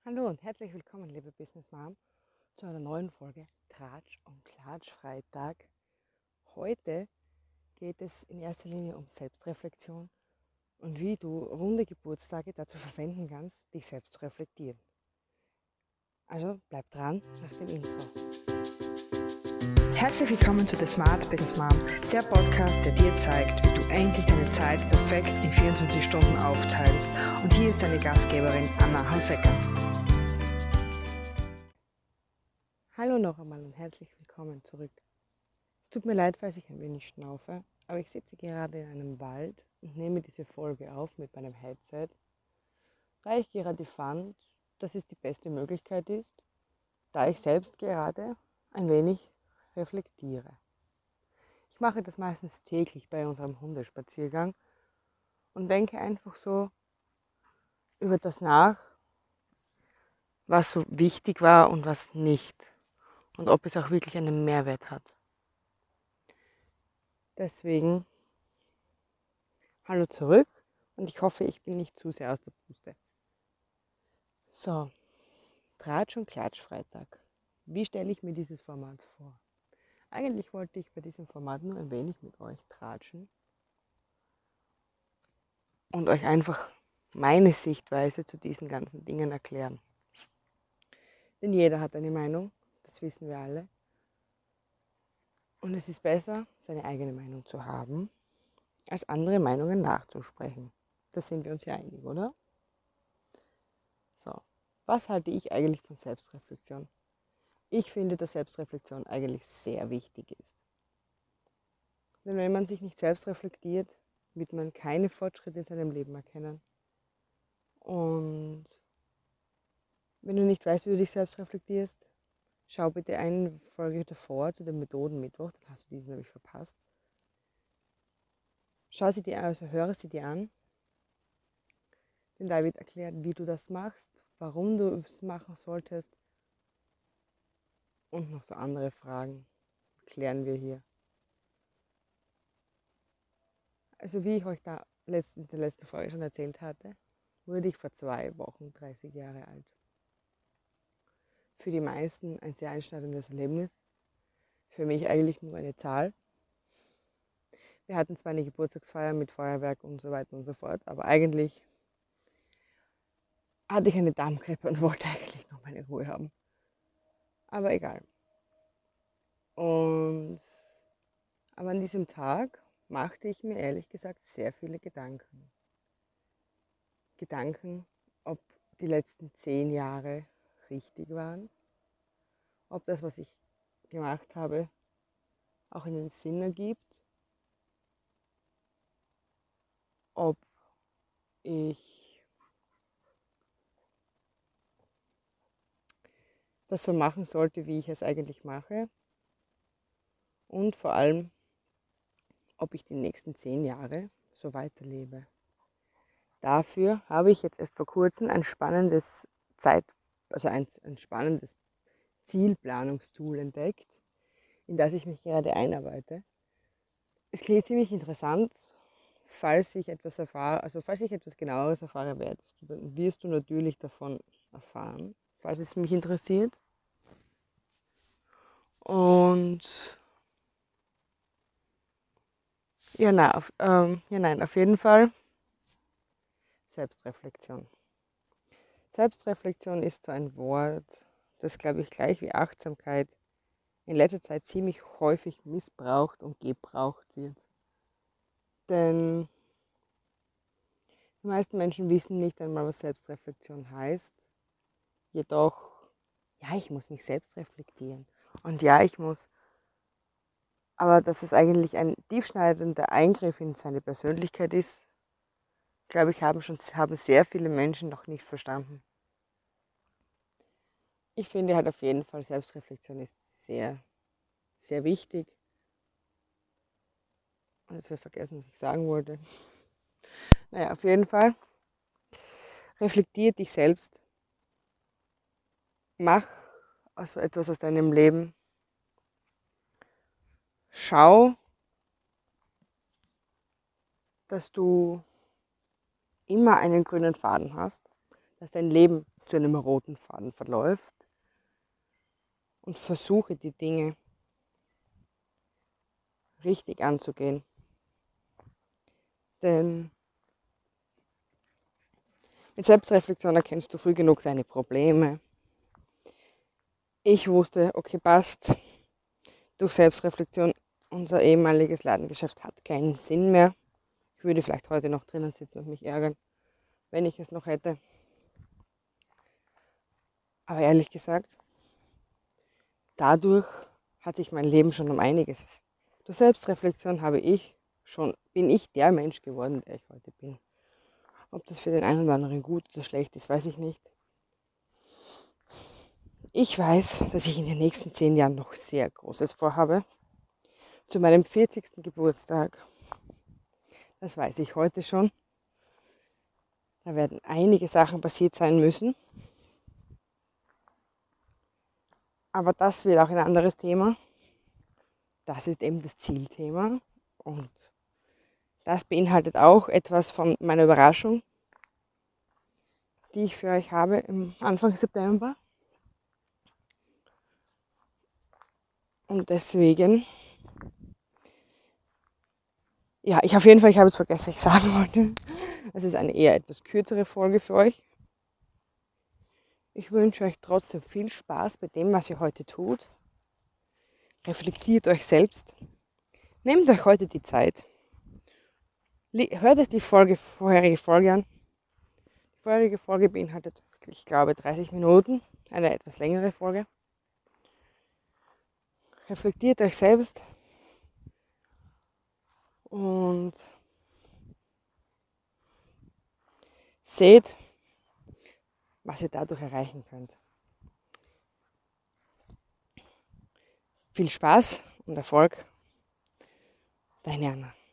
Hallo und herzlich willkommen, liebe Business Mom, zu einer neuen Folge Tratsch- und Klatsch-Freitag. Heute geht es in erster Linie um Selbstreflexion und wie du runde Geburtstage dazu verwenden kannst, dich selbst zu reflektieren. Also bleib dran nach dem Intro. Herzlich willkommen zu The Smart Business Mom, der Podcast, der dir zeigt, wie du endlich deine Zeit perfekt in 24 Stunden aufteilst. Und hier ist deine Gastgeberin Anna Halsecker. Hallo noch einmal und herzlich willkommen zurück. Es tut mir leid, falls ich ein wenig schnaufe, aber ich sitze gerade in einem Wald und nehme diese Folge auf mit meinem Headset, da ich gerade fand, dass es die beste Möglichkeit ist, da ich selbst gerade ein wenig reflektiere. Ich mache das meistens täglich bei unserem Hundespaziergang und denke einfach so über das nach, was so wichtig war und was nicht und ob es auch wirklich einen Mehrwert hat. Deswegen hallo zurück und ich hoffe, ich bin nicht zu sehr aus der Puste. So, Tratsch- und Klatsch-Freitag. Wie stelle ich mir dieses Format vor? Eigentlich wollte ich bei diesem Format nur ein wenig mit euch tratschen und euch einfach meine Sichtweise zu diesen ganzen Dingen erklären. Denn jeder hat eine Meinung, das wissen wir alle. Und es ist besser, seine eigene Meinung zu haben, als andere Meinungen nachzusprechen. Da sind wir uns ja einig, oder? So, was halte ich eigentlich von Selbstreflexion? Ich finde, dass Selbstreflexion eigentlich sehr wichtig ist. Denn wenn man sich nicht selbst reflektiert, wird man keine Fortschritte in seinem Leben erkennen. Und wenn du nicht weißt, wie du dich selbst reflektierst, schau bitte eine Folge davor zu dem Methodenmittwoch, dann hast du diesen nämlich verpasst. Schau sie dir an, also höre sie dir an, denn da wird erklärt, wie du das machst, warum du es machen solltest und noch so andere Fragen klären wir hier. Also wie ich euch da in der letzten Folge schon erzählt hatte, wurde ich vor 2 Wochen 30 Jahre alt. Für die meisten ein sehr einschneidendes Erlebnis, für mich eigentlich nur eine Zahl. Wir hatten zwar eine Geburtstagsfeier mit Feuerwerk und so weiter und so fort, aber eigentlich hatte ich eine Darmgrippe und wollte eigentlich nur meine Ruhe haben. Aber egal. Aber an diesem Tag machte ich mir ehrlich gesagt sehr viele Gedanken. Gedanken, ob die letzten 10 Jahre richtig waren, ob das, was ich gemacht habe, auch einen Sinn ergibt, ob ich das so machen sollte, wie ich es eigentlich mache und vor allem, ob ich die nächsten 10 Jahre so weiterlebe. Dafür habe ich jetzt erst vor kurzem ein spannendes ein spannendes Zielplanungstool entdeckt, in das ich mich gerade einarbeite. Es klingt ziemlich interessant, falls ich etwas erfahre, also falls ich etwas genaueres erfahre werdest, dann wirst du natürlich davon erfahren, falls es mich interessiert. Und auf jeden Fall Selbstreflexion. Selbstreflexion ist so ein Wort, das, glaube ich, gleich wie Achtsamkeit in letzter Zeit ziemlich häufig missbraucht und gebraucht wird. Denn die meisten Menschen wissen nicht einmal, was Selbstreflexion heißt. Jedoch, ja, ich muss mich selbst reflektieren. Und ja, ich muss. Aber dass es eigentlich ein tiefschneidender Eingriff in seine Persönlichkeit ist, glaube ich, haben sehr viele Menschen noch nicht verstanden. Ich finde halt auf jeden Fall, Selbstreflexion ist sehr, sehr wichtig. Jetzt habe ich vergessen, was ich sagen wollte. Naja, auf jeden Fall, reflektier dich selbst. Mach also etwas aus deinem Leben. Schau, dass du immer einen grünen Faden hast, dass dein Leben zu einem roten Faden verläuft und versuche die Dinge richtig anzugehen. Denn mit Selbstreflexion erkennst du früh genug deine Probleme. Ich wusste, okay, passt, durch Selbstreflexion, unser ehemaliges Ladengeschäft hat keinen Sinn mehr. Ich würde vielleicht heute noch drinnen sitzen und mich ärgern, wenn ich es noch hätte. Aber ehrlich gesagt, dadurch hat sich mein Leben schon um einiges. Durch Selbstreflexion bin ich der Mensch geworden, der ich heute bin. Ob das für den einen oder anderen gut oder schlecht ist, weiß ich nicht. Ich weiß, dass ich in den nächsten 10 Jahren noch sehr Großes vorhabe. Zu meinem 40. Geburtstag. Das weiß ich heute schon. Da werden einige Sachen passiert sein müssen. Aber das wird auch ein anderes Thema. Das ist eben das Zielthema. Und das beinhaltet auch etwas von meiner Überraschung, die ich für euch habe im Anfang September. Und deswegen, ja, ich habe es vergessen, ich sagen wollte. Es ist eine eher etwas kürzere Folge für euch. Ich wünsche euch trotzdem viel Spaß bei dem, was ihr heute tut. Reflektiert euch selbst. Nehmt euch heute die Zeit. Hört euch die vorherige Folge an. Die vorherige Folge beinhaltet, ich glaube, 30 Minuten. Eine etwas längere Folge. Reflektiert euch selbst. Und seht, was ihr dadurch erreichen könnt. Viel Spaß und Erfolg. Deine Anna.